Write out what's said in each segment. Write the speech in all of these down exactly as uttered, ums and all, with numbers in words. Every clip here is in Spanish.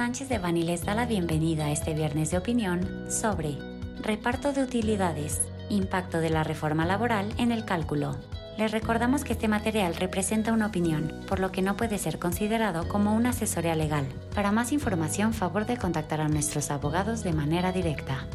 Sánchez de Bani les da la bienvenida a este viernes de opinión sobre reparto de utilidades, impacto de la reforma laboral en el cálculo. Les recordamos que este material representa una opinión, por lo que no puede ser considerado como una asesoría legal. Para más información, favor de contactar a nuestros abogados de manera directa.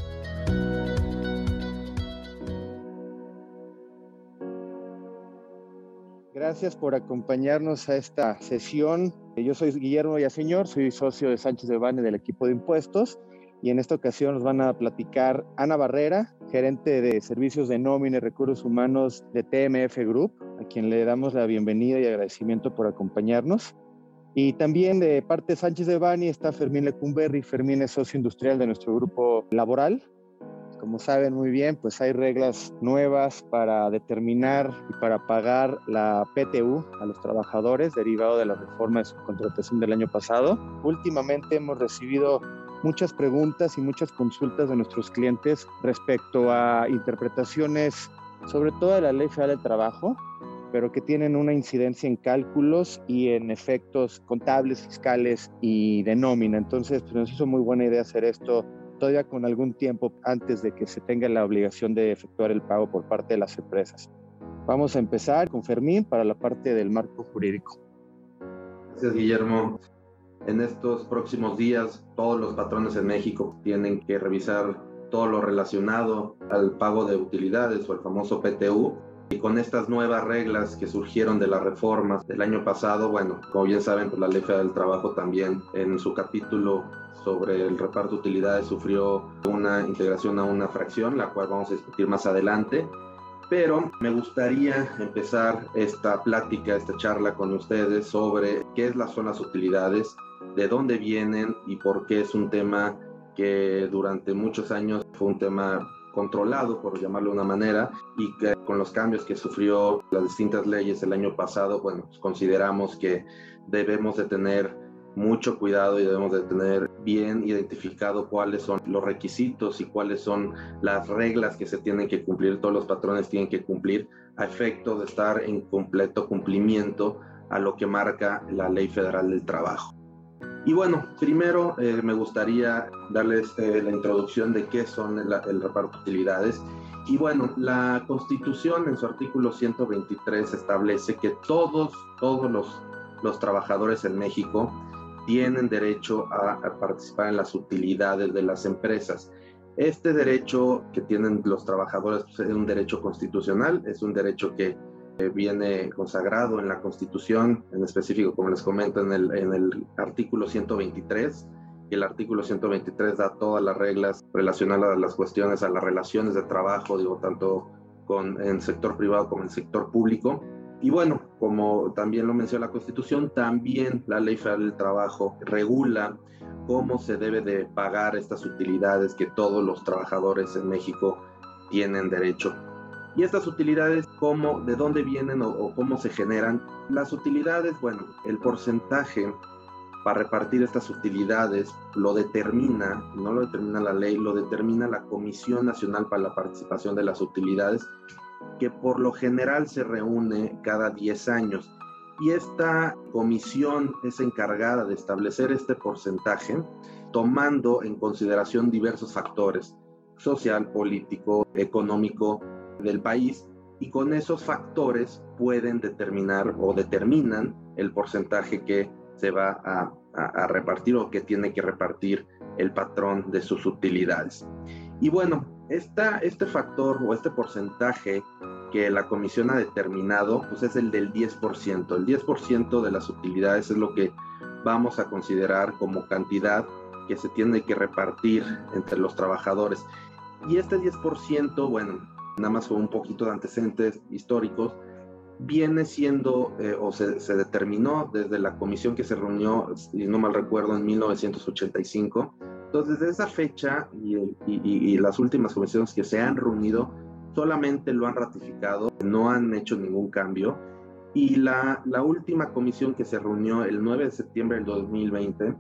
Gracias por acompañarnos a esta sesión. Yo soy Guillermo Villaseñor, soy socio de Sánchez de Bani del equipo de impuestos, y en esta ocasión nos van a platicar Ana Barrera, gerente de servicios de nómina y recursos humanos de T M F Group, a quien le damos la bienvenida y agradecimiento por acompañarnos. Y también de parte de Sánchez de Bani está Fermín Lecumberri. Fermín es socio industrial de nuestro grupo laboral. Como saben muy bien, pues hay reglas nuevas para determinar y para pagar la P T U a los trabajadores derivado de la reforma de subcontratación del año pasado. Últimamente hemos recibido muchas preguntas y muchas consultas de nuestros clientes respecto a interpretaciones, sobre todo de la Ley Federal del Trabajo, pero que tienen una incidencia en cálculos y en efectos contables, fiscales y de nómina. Entonces, pues nos hizo muy buena idea hacer esto todavía con algún tiempo antes de que se tenga la obligación de efectuar el pago por parte de las empresas. Vamos a empezar con Fermín para la parte del marco jurídico. Gracias, Guillermo. En estos próximos días, todos los patrones en México tienen que revisar todo lo relacionado al pago de utilidades o el famoso P T U. Y con estas nuevas reglas que surgieron de las reformas del año pasado, bueno, como bien saben, pues la Ley Federal del Trabajo también en su capítulo sobre el reparto de utilidades sufrió una integración a una fracción, la cual vamos a discutir más adelante. Pero me gustaría empezar esta plática, esta charla con ustedes sobre qué son las utilidades, de dónde vienen y por qué es un tema que durante muchos años fue un tema controlado, por llamarlo de una manera, y que con los cambios que sufrió las distintas leyes el año pasado, bueno, pues consideramos que debemos de tener mucho cuidado y debemos de tener bien identificado cuáles son los requisitos y cuáles son las reglas que se tienen que cumplir, todos los patrones tienen que cumplir a efecto de estar en completo cumplimiento a lo que marca la Ley Federal del Trabajo. Y bueno, primero eh, me gustaría darles eh, la introducción de qué son el, el reparto de utilidades. Y bueno, la Constitución en su artículo ciento veintitrés establece que todos, todos los, los trabajadores en México tienen derecho a, a participar en las utilidades de las empresas. Este derecho que tienen los trabajadores pues, es un derecho constitucional, es un derecho que eh, viene consagrado en la Constitución, en específico, como les comento, en el, en el artículo ciento veintitrés. Y el artículo ciento veintitrés da todas las reglas relacionadas a las cuestiones, a las relaciones de trabajo, digo, tanto con, en el sector privado como en el sector público. Y bueno, como también lo menciona la Constitución, también la Ley Federal del Trabajo regula cómo se debe de pagar estas utilidades que todos los trabajadores en México tienen derecho. Y estas utilidades, ¿cómo, de dónde vienen o, o cómo se generan? Las utilidades, bueno, el porcentaje para repartir estas utilidades lo determina, no lo determina la ley, lo determina la Comisión Nacional para la Participación de las Utilidades, que por lo general se reúne cada diez años. Y esta comisión es encargada de establecer este porcentaje tomando en consideración diversos factores, social, político, económico del país, y con esos factores pueden determinar o determinan el porcentaje que se va a, a, a repartir o que tiene que repartir el patrón de sus utilidades. Y bueno, esta, este factor o este porcentaje que la comisión ha determinado, pues es el del diez por ciento. El diez por ciento de las utilidades es lo que vamos a considerar como cantidad que se tiene que repartir entre los trabajadores. Y este diez por ciento, bueno, nada más con un poquito de antecedentes históricos, viene siendo eh, o se, se determinó desde la comisión que se reunió, si no mal recuerdo, en mil novecientos ochenta y cinco. Entonces, desde esa fecha y, y, y, y las últimas comisiones que se han reunido solamente lo han ratificado, no han hecho ningún cambio. Y la, la última comisión que se reunió el nueve de septiembre del dos mil veinte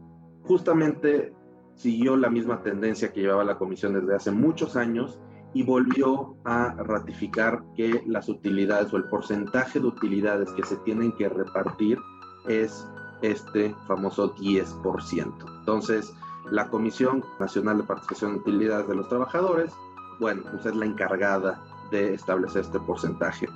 justamente siguió la misma tendencia que llevaba la comisión desde hace muchos años y volvió a ratificar que las utilidades o el porcentaje de utilidades que se tienen que repartir es este famoso diez por ciento. Entonces, la Comisión Nacional de Participación en Utilidades de los Trabajadores, bueno, pues es la encargada de establecer este porcentaje.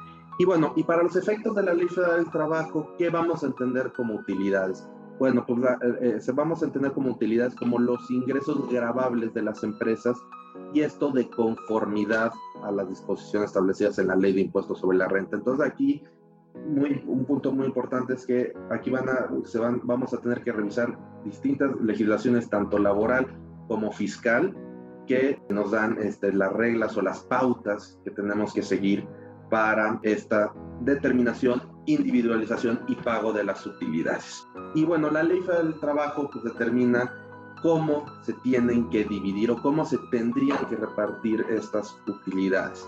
Y bueno, y para los efectos de la Ley Federal del Trabajo, ¿qué vamos a entender como utilidades? Bueno, pues la, eh, se vamos a entender como utilidades como los ingresos gravables de las empresas, y esto de conformidad a las disposiciones establecidas en la Ley de Impuestos sobre la Renta. Entonces aquí muy, un punto muy importante es que aquí van a, se van, vamos a tener que revisar distintas legislaciones, tanto laboral como fiscal, que nos dan este, las reglas o las pautas que tenemos que seguir para esta determinación, individualización y pago de las utilidades. Y bueno, la Ley Federal del Trabajo pues determina cómo se tienen que dividir o cómo se tendrían que repartir estas utilidades.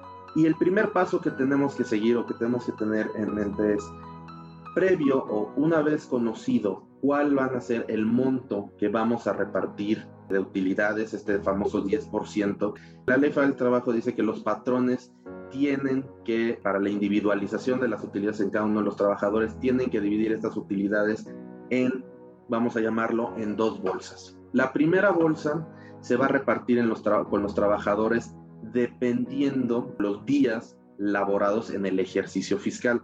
Y el primer paso que tenemos que seguir o que tenemos que tener en mente es, previo o una vez conocido cuál van a ser el monto que vamos a repartir de utilidades, este famoso diez por ciento, la Ley Federal del Trabajo dice que los patrones tienen que, para la individualización de las utilidades en cada uno de los trabajadores, tienen que dividir estas utilidades en, vamos a llamarlo, en dos bolsas. La primera bolsa se va a repartir en los con los trabajadores dependiendo los días laborados en el ejercicio fiscal.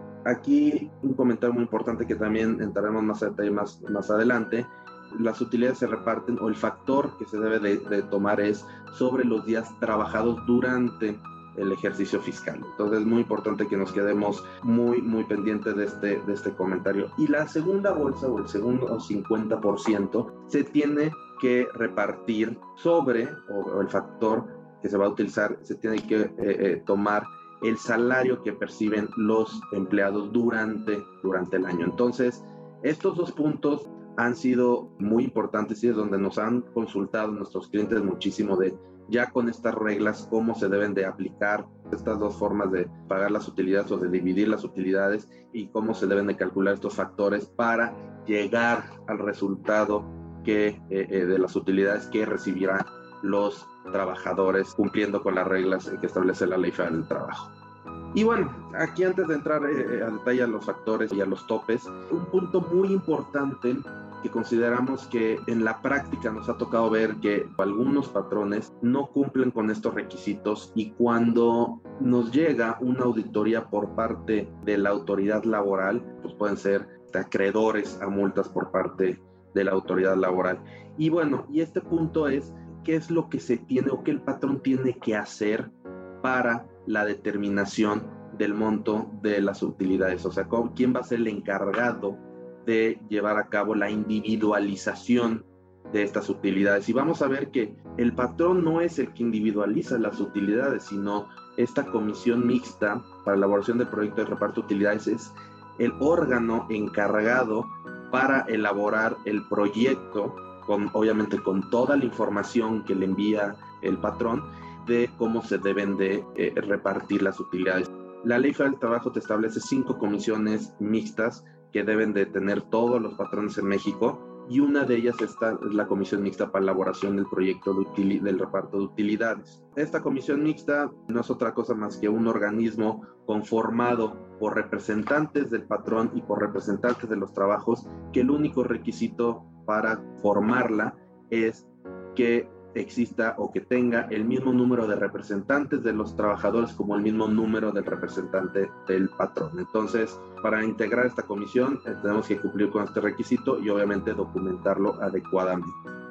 Aquí un comentario muy importante que también entraremos más a detalle más, más adelante. Las utilidades se reparten, o el factor que se debe de, de tomar es sobre los días trabajados durante el ejercicio fiscal. Entonces es muy importante que nos quedemos muy, muy pendientes de este, de este comentario. Y la segunda bolsa, o el segundo cincuenta por ciento, se tiene que repartir sobre, o, o el factor que se va a utilizar, se tiene que eh, eh, tomar el salario que perciben los empleados durante, durante el año. Entonces, estos dos puntos han sido muy importantes y es donde nos han consultado nuestros clientes muchísimo de ya con estas reglas, cómo se deben de aplicar estas dos formas de pagar las utilidades o de dividir las utilidades y cómo se deben de calcular estos factores para llegar al resultado que, eh, eh, de las utilidades que recibirán los trabajadores cumpliendo con las reglas que establece la Ley Federal del Trabajo. Y bueno, aquí antes de entrar eh, a detalle a los factores y a los topes, un punto muy importante que consideramos que en la práctica nos ha tocado ver que algunos patrones no cumplen con estos requisitos, y cuando nos llega una auditoría por parte de la autoridad laboral, pues pueden ser acreedores a multas por parte de la autoridad laboral. Y bueno, y este punto es qué es lo que se tiene o qué el patrón tiene que hacer para la determinación del monto de las utilidades, o sea, quién va a ser el encargado de llevar a cabo la individualización de estas utilidades. Y vamos a ver que el patrón no es el que individualiza las utilidades, sino esta comisión mixta para la elaboración del proyecto de reparto de utilidades es el órgano encargado para elaborar el proyecto, con, obviamente con toda la información que le envía el patrón de cómo se deben de eh, repartir las utilidades. La Ley Federal del Trabajo te establece cinco comisiones mixtas que deben de tener todos los patrones en México, y una de ellas está, es la comisión mixta para la elaboración del proyecto de util, del reparto de utilidades. Esta comisión mixta no es otra cosa más que un organismo conformado por representantes del patrón y por representantes de los trabajos, que el único requisito para formarla es que exista o que tenga el mismo número de representantes de los trabajadores como el mismo número del representante del patrón. Entonces, para integrar esta comisión eh, tenemos que cumplir con este requisito y obviamente documentarlo adecuadamente.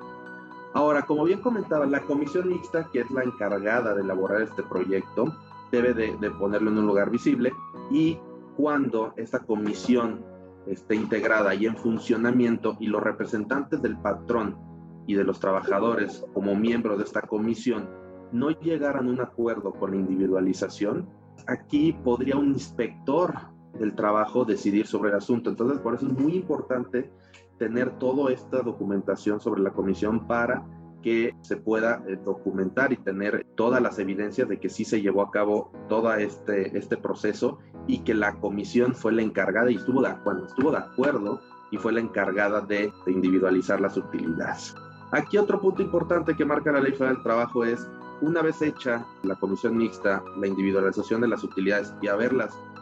Ahora, como bien comentaba, la comisión mixta, que es la encargada de elaborar este proyecto, debe de, de ponerlo en un lugar visible, y cuando esta comisión esté integrada y en funcionamiento y los representantes del patrón y de los trabajadores como miembros de esta comisión no llegaran a un acuerdo con la individualización, aquí podría un inspector del trabajo decidir sobre el asunto. Entonces, por eso es muy importante tener toda esta documentación sobre la comisión para que se pueda eh, documentar y tener todas las evidencias de que sí se llevó a cabo todo este, este proceso, y que la comisión fue la encargada y estuvo de acuerdo, estuvo de acuerdo y fue la encargada de, de individualizar las utilidades. Aquí otro punto importante que marca la Ley Federal del Trabajo es, una vez hecha la comisión mixta, la individualización de las utilidades y haberlas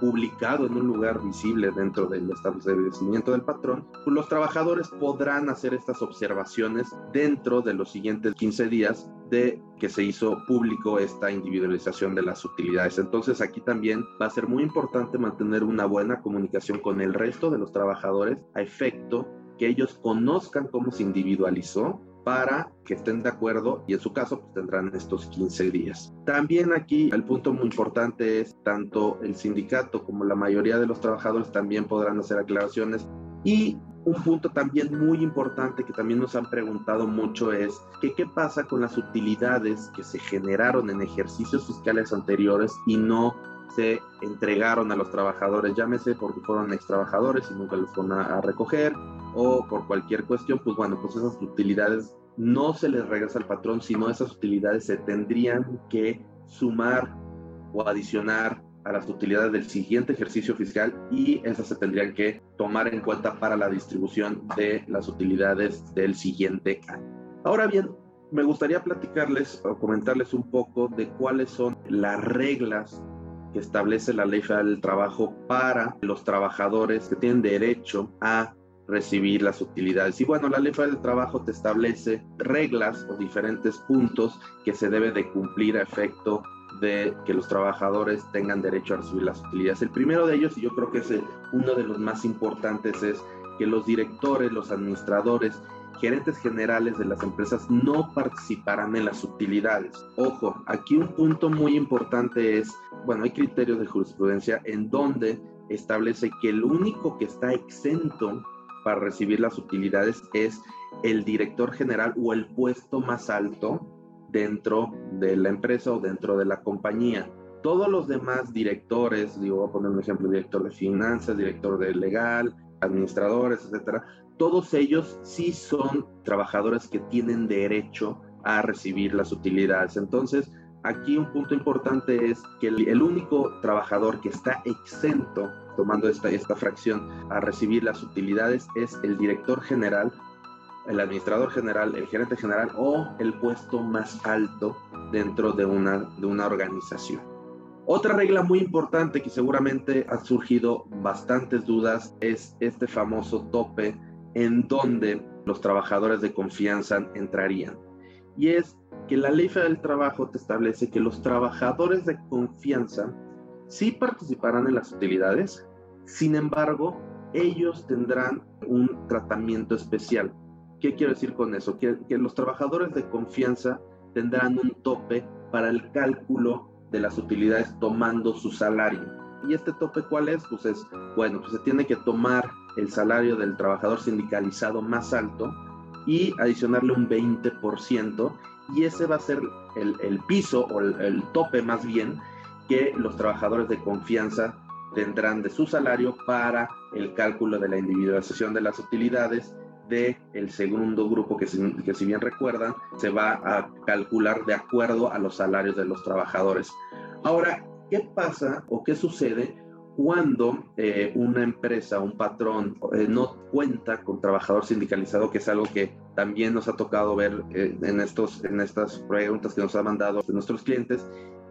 publicado en un lugar visible dentro del establecimiento del patrón, pues los trabajadores podrán hacer estas observaciones dentro de los siguientes quince días de que se hizo público esta individualización de las utilidades. Entonces aquí también va a ser muy importante mantener una buena comunicación con el resto de los trabajadores a efecto que ellos conozcan cómo se individualizó para que estén de acuerdo y en su caso pues, tendrán estos quince días. También aquí el punto muy importante es tanto el sindicato como la mayoría de los trabajadores también podrán hacer aclaraciones. Y un punto también muy importante que también nos han preguntado mucho es que qué pasa con las utilidades que se generaron en ejercicios fiscales anteriores y no se entregaron a los trabajadores, llámese porque fueron ex trabajadores y nunca los fueron a, a recoger o por cualquier cuestión, pues bueno, pues esas utilidades no se les regresa al patrón, sino esas utilidades se tendrían que sumar o adicionar a las utilidades del siguiente ejercicio fiscal y esas se tendrían que tomar en cuenta para la distribución de las utilidades del siguiente año. Ahora bien, me gustaría platicarles o comentarles un poco de cuáles son las reglas que establece la Ley Federal del Trabajo para los trabajadores que tienen derecho a recibir las utilidades. Y bueno, la Ley Federal del Trabajo te establece reglas o diferentes puntos que se debe de cumplir a efecto de que los trabajadores tengan derecho a recibir las utilidades. El primero de ellos, y yo creo que es el, uno de los más importantes, es que los directores, los administradores, gerentes generales de las empresas no participarán en las utilidades. Ojo, aquí un punto muy importante es, bueno, hay criterios de jurisprudencia en donde establece que el único que está exento para recibir las utilidades es el director general o el puesto más alto dentro de la empresa o dentro de la compañía. Todos los demás directores, digo, voy a poner un ejemplo, director de finanzas, director de legal, administradores, etcétera, todos ellos sí son trabajadores que tienen derecho a recibir las utilidades. Entonces, aquí un punto importante es que el, el único trabajador que está exento, tomando esta, esta fracción, a recibir las utilidades es el director general, el administrador general, el gerente general o el puesto más alto dentro de una, de una organización. Otra regla muy importante que seguramente ha surgido bastantes dudas es este famoso tope en donde los trabajadores de confianza entrarían. Y es que la Ley Federal del Trabajo te establece que los trabajadores de confianza sí participarán en las utilidades, sin embargo, ellos tendrán un tratamiento especial. ¿Qué quiero decir con eso? Que, que los trabajadores de confianza tendrán un tope para el cálculo de las utilidades tomando su salario. ¿Y este tope cuál es? Pues es, bueno, pues se tiene que tomar el salario del trabajador sindicalizado más alto y adicionarle un veinte por ciento, y ese va a ser el, el piso o el, el tope más bien que los trabajadores de confianza tendrán de su salario para el cálculo de la individualización de las utilidades del segundo grupo que si, que si bien recuerdan se va a calcular de acuerdo a los salarios de los trabajadores. Ahora, ¿qué pasa o qué sucede cuando eh, una empresa, un patrón eh, no cuenta con trabajador sindicalizado, que es algo que también nos ha tocado ver eh, en, estos, en estas preguntas que nos han mandado de nuestros clientes?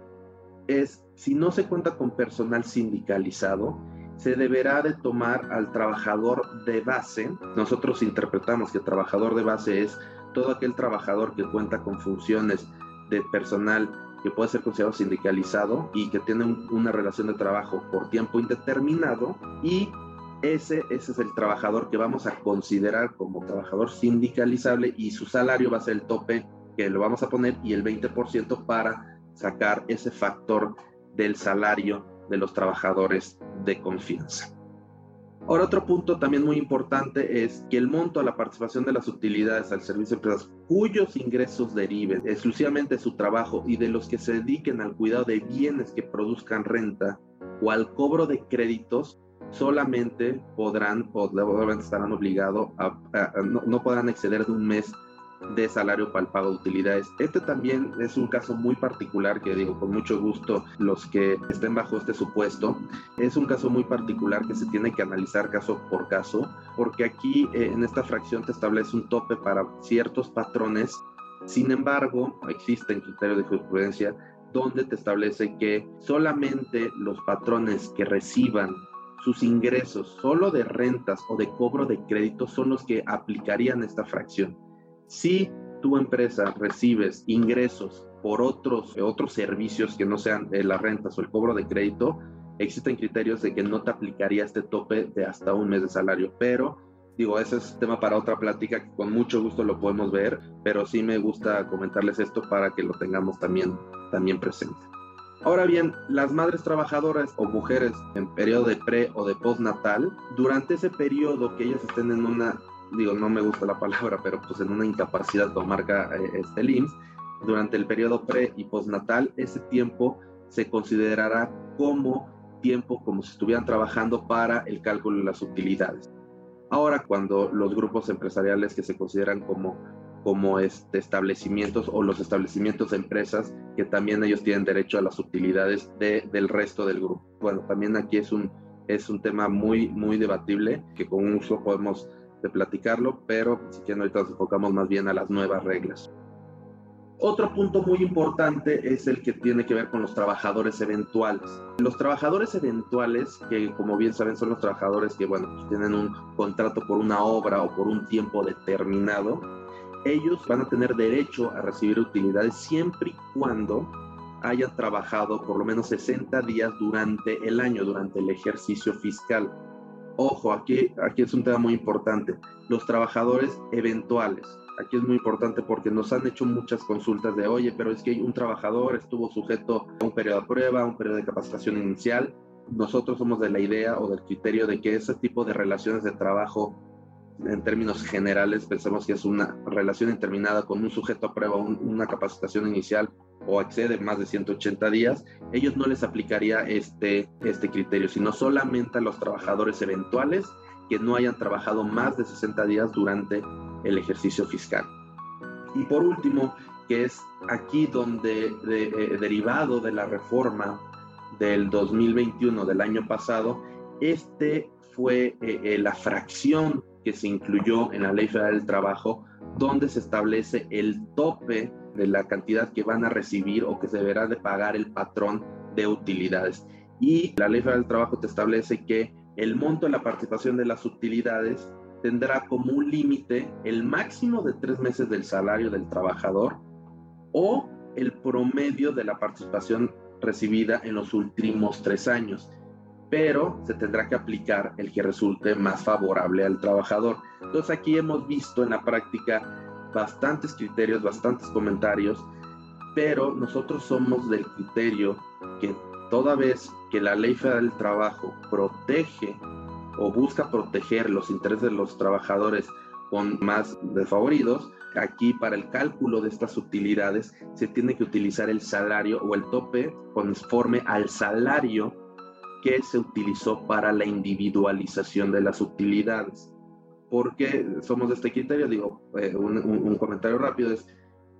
Es, si no se cuenta con personal sindicalizado, se deberá de tomar al trabajador de base. Nosotros interpretamos que el trabajador de base es todo aquel trabajador que cuenta con funciones de personal que puede ser considerado sindicalizado y que tiene un, una relación de trabajo por tiempo indeterminado, y ese, ese es el trabajador que vamos a considerar como trabajador sindicalizable, y su salario va a ser el tope que lo vamos a poner y el veinte por ciento para sacar ese factor del salario de los trabajadores de confianza. Ahora, otro punto también muy importante es que el monto a la participación de las utilidades al servicio de empresas cuyos ingresos deriven exclusivamente de su trabajo y de los que se dediquen al cuidado de bienes que produzcan renta o al cobro de créditos, solamente podrán, o estarán obligados a, a, a no, no podrán exceder de un mes de salario para el pago de utilidades. Este también es un caso muy particular que digo con mucho gusto los que estén bajo este supuesto, es un caso muy particular que se tiene que analizar caso por caso, porque aquí eh, en esta fracción te establece un tope para ciertos patrones. Sin embargo, existen criterios de jurisprudencia donde te establece que solamente los patrones que reciban sus ingresos solo de rentas o de cobro de crédito son los que aplicarían esta fracción. Si tu empresa recibes ingresos por otros, otros servicios que no sean eh, las rentas o el cobro de crédito, existen criterios de que no te aplicaría este tope de hasta un mes de salario, pero digo, ese es tema para otra plática que con mucho gusto lo podemos ver, pero sí me gusta comentarles esto para que lo tengamos también, también presente. Ahora bien, las madres trabajadoras o mujeres en periodo de pre o de postnatal, durante ese periodo que ellas estén en una, digo, no me gusta la palabra, pero pues en una incapacidad como marca eh, este el I M S S, durante el periodo pre y postnatal, ese tiempo se considerará como tiempo como si estuvieran trabajando para el cálculo de las utilidades. Ahora, cuando los grupos empresariales que se consideran como, como este, establecimientos o los establecimientos de empresas que también ellos tienen derecho a las utilidades de, del resto del grupo. Bueno, también aquí es un, es un tema muy, muy debatible que con uso podemos de platicarlo, pero si quieren ahorita nos enfocamos más bien a las nuevas reglas. Otro punto muy importante es el que tiene que ver con los trabajadores eventuales. Los trabajadores eventuales, que como bien saben son los trabajadores que, bueno, pues tienen un contrato por una obra o por un tiempo determinado, ellos van a tener derecho a recibir utilidades siempre y cuando hayan trabajado por lo menos sesenta días durante el año, durante el ejercicio fiscal. Ojo, aquí, aquí es un tema muy importante. Los trabajadores eventuales. Aquí es muy importante porque nos han hecho muchas consultas de, oye, pero es que un trabajador estuvo sujeto a un periodo de prueba, a un periodo de capacitación inicial. Nosotros somos de la idea o del criterio de que ese tipo de relaciones de trabajo, en términos generales, pensamos que es una relación determinada con un sujeto a prueba, un, una capacitación inicial o excede más de ciento ochenta días, ellos no les aplicaría este, este criterio, sino solamente a los trabajadores eventuales que no hayan trabajado más de sesenta días durante el ejercicio fiscal. Y por último, que es aquí donde, de, eh, derivado de la reforma del dos mil veintiuno, del año pasado, este fue eh, eh, la fracción que se incluyó en la Ley Federal del Trabajo, donde se establece el tope de la cantidad que van a recibir o que se deberá de pagar el patrón de utilidades. Y la Ley Federal del Trabajo te establece que el monto de la participación de las utilidades tendrá como un límite el máximo de tres meses del salario del trabajador o el promedio de la participación recibida en los últimos tres años, pero se tendrá que aplicar el que resulte más favorable al trabajador. Entonces aquí hemos visto en la práctica bastantes criterios, bastantes comentarios, pero nosotros somos del criterio que toda vez que la Ley Federal del Trabajo protege o busca proteger los intereses de los trabajadores con más desfavoridos, aquí para el cálculo de estas utilidades se tiene que utilizar el salario o el tope conforme al salario que se utilizó para la individualización de las utilidades. ¿Por qué somos de este criterio? Digo, eh, un, un, un comentario rápido es,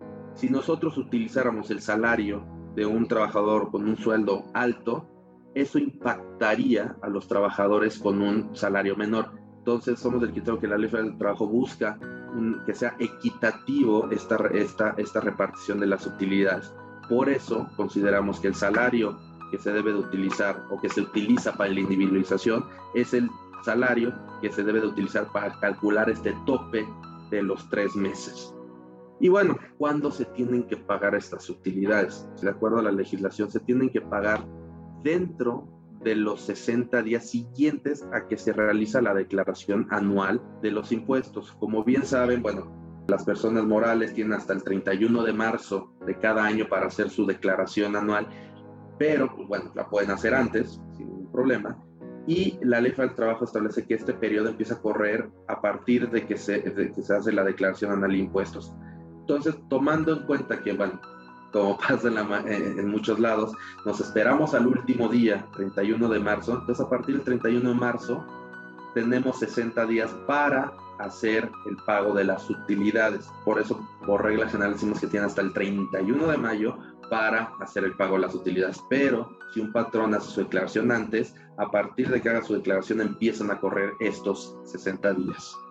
si nosotros utilizáramos el salario de un trabajador con un sueldo alto, eso impactaría a los trabajadores con un salario menor. Entonces somos del criterio que la Ley Federal del Trabajo busca un, que sea equitativo esta, esta, esta repartición de las utilidades. Por eso consideramos que el salario que se debe de utilizar o que se utiliza para la individualización es el salario que se debe de utilizar para calcular este tope de los tres meses. Y bueno, ¿cuándo se tienen que pagar estas utilidades? De acuerdo a la legislación, se tienen que pagar dentro de los sesenta días siguientes a que se realiza la declaración anual de los impuestos. Como bien saben, bueno, las personas morales tienen hasta el treinta y uno de marzo de cada año para hacer su declaración anual, pero pues bueno, la pueden hacer antes, sin ningún problema. Y la Ley Federal del Trabajo establece que este periodo empieza a correr a partir de que se, de que se hace la declaración anual de impuestos. Entonces, tomando en cuenta que, bueno, como pasa en, la, en muchos lados, nos esperamos al último día, treinta y uno de marzo, entonces a partir del treinta y uno de marzo tenemos sesenta días para hacer el pago de las utilidades. Por eso, por regla general, decimos que tiene hasta el treinta y uno de mayo para hacer el pago de las utilidades. Pero si un patrón hace su declaración antes, a partir de que haga su declaración empiezan a correr estos sesenta días.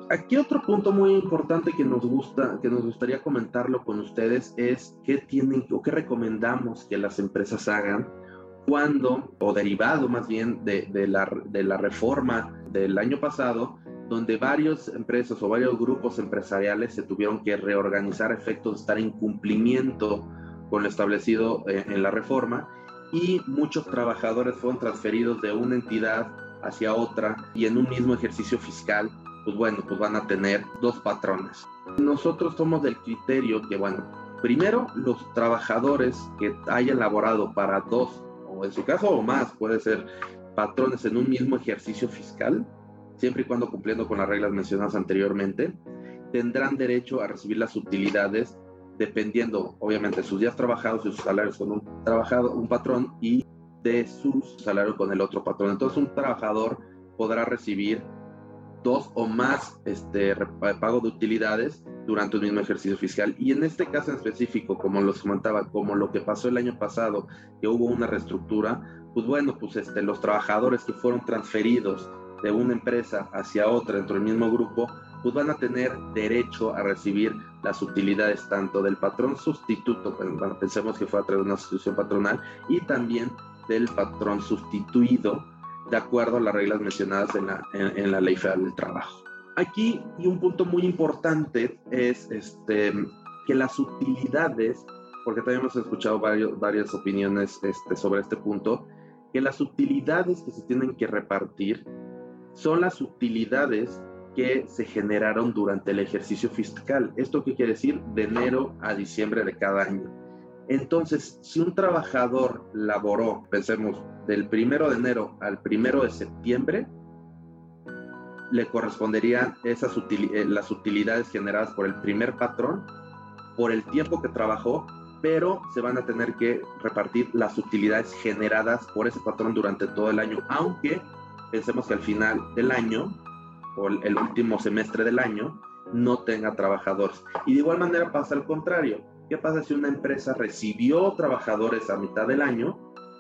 Aquí otro punto muy importante que nos gusta, que nos gustaría comentarlo con ustedes es qué tienen o qué recomendamos que las empresas hagan cuando, o derivado más bien de, de, la, de la reforma del año pasado, donde varias empresas o varios grupos empresariales se tuvieron que reorganizar a efectos de estar en cumplimiento con lo establecido eh, en la reforma, y muchos trabajadores fueron transferidos de una entidad hacia otra, y en un mismo ejercicio fiscal, pues bueno, pues van a tener dos patrones. Nosotros somos del criterio que, bueno, primero los trabajadores que hayan laborado para dos, o en su caso o más, puede ser patrones en un mismo ejercicio fiscal, siempre y cuando cumpliendo con las reglas mencionadas anteriormente, tendrán derecho a recibir las utilidades dependiendo, obviamente, de sus días trabajados y sus salarios con un trabajador, un patrón, y de su salario con el otro patrón. Entonces, un trabajador podrá recibir dos o más este, pago de utilidades durante un mismo ejercicio fiscal. Y en este caso en específico, como los comentaba, como lo que pasó el año pasado, que hubo una reestructura, pues bueno, pues este, los trabajadores que fueron transferidos de una empresa hacia otra dentro del mismo grupo, pues van a tener derecho a recibir las utilidades tanto del patrón sustituto, bueno, pensemos que fue a través de una sustitución patronal, y también del patrón sustituido, de acuerdo a las reglas mencionadas en la, en, en la Ley Federal del Trabajo. Aquí, y un punto muy importante, es este, que las utilidades, porque también hemos escuchado varios, varias opiniones este, sobre este punto, que las utilidades que se tienen que repartir son las utilidades que se generaron durante el ejercicio fiscal. ¿Esto qué quiere decir? De enero a diciembre de cada año. Entonces, si un trabajador laboró, pensemos, del primero de enero al primero de septiembre, le corresponderían esas util- las utilidades generadas por el primer patrón por el tiempo que trabajó, pero se van a tener que repartir las utilidades generadas por ese patrón durante todo el año, aunque pensemos que al final del año o el último semestre del año no tenga trabajadores. Y de igual manera pasa al contrario. ¿Qué pasa si una empresa recibió trabajadores a mitad del año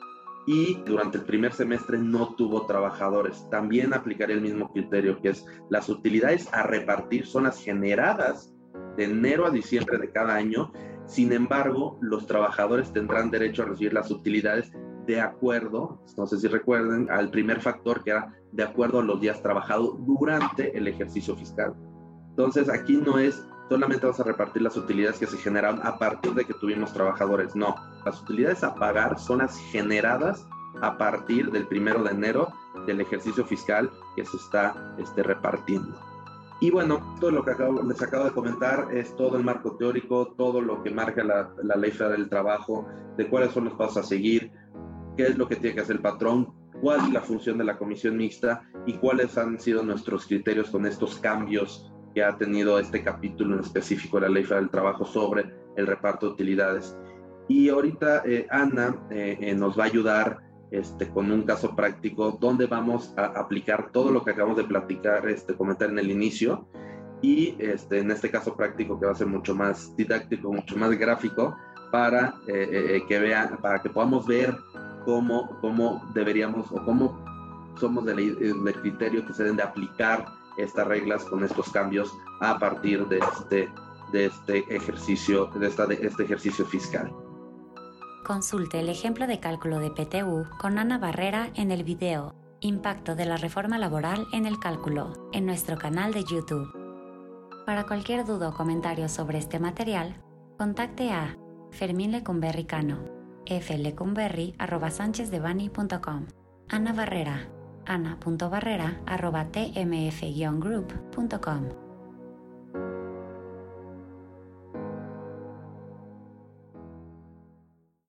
y durante el primer semestre no tuvo trabajadores? También aplicaría el mismo criterio, que es las utilidades a repartir son las generadas de enero a diciembre de cada año. Sin embargo, los trabajadores tendrán derecho a recibir las utilidades de acuerdo, no sé si recuerden, al primer factor, que era de acuerdo a los días trabajados durante el ejercicio fiscal. Entonces, aquí no es solamente vas a repartir las utilidades que se generaron a partir de que tuvimos trabajadores. No, las utilidades a pagar son las generadas a partir del primero de enero del ejercicio fiscal que se está este, repartiendo. Y bueno, todo lo que acabo, les acabo de comentar es todo el marco teórico, todo lo que marca la, la Ley Federal del Trabajo, de cuáles son los pasos a seguir, qué es lo que tiene que hacer el patrón, cuál es la función de la comisión mixta y cuáles han sido nuestros criterios con estos cambios que ha tenido este capítulo en específico de la Ley Federal del Trabajo sobre el reparto de utilidades. Y ahorita eh, Ana eh, eh, nos va a ayudar este, con un caso práctico donde vamos a aplicar todo lo que acabamos de platicar, este, comentar en el inicio, y este, en este caso práctico que va a ser mucho más didáctico, mucho más gráfico, para, eh, eh, que, vean, para que podamos ver cómo, cómo deberíamos o cómo somos del, del criterio que se deben de aplicar estas reglas con estos cambios a partir de este, de este ejercicio, de, esta, de este ejercicio fiscal. Consulte el ejemplo de cálculo de P T U con Ana Barrera en el video Impacto de la reforma laboral en el cálculo en nuestro canal de YouTube. Para cualquier duda o comentario sobre este material, contacte a Fermín Lecumberri Cano, flecumberri arroba sanchezdevani punto com, Ana Barrera, ana punto barrera arroba t m f guion group punto com.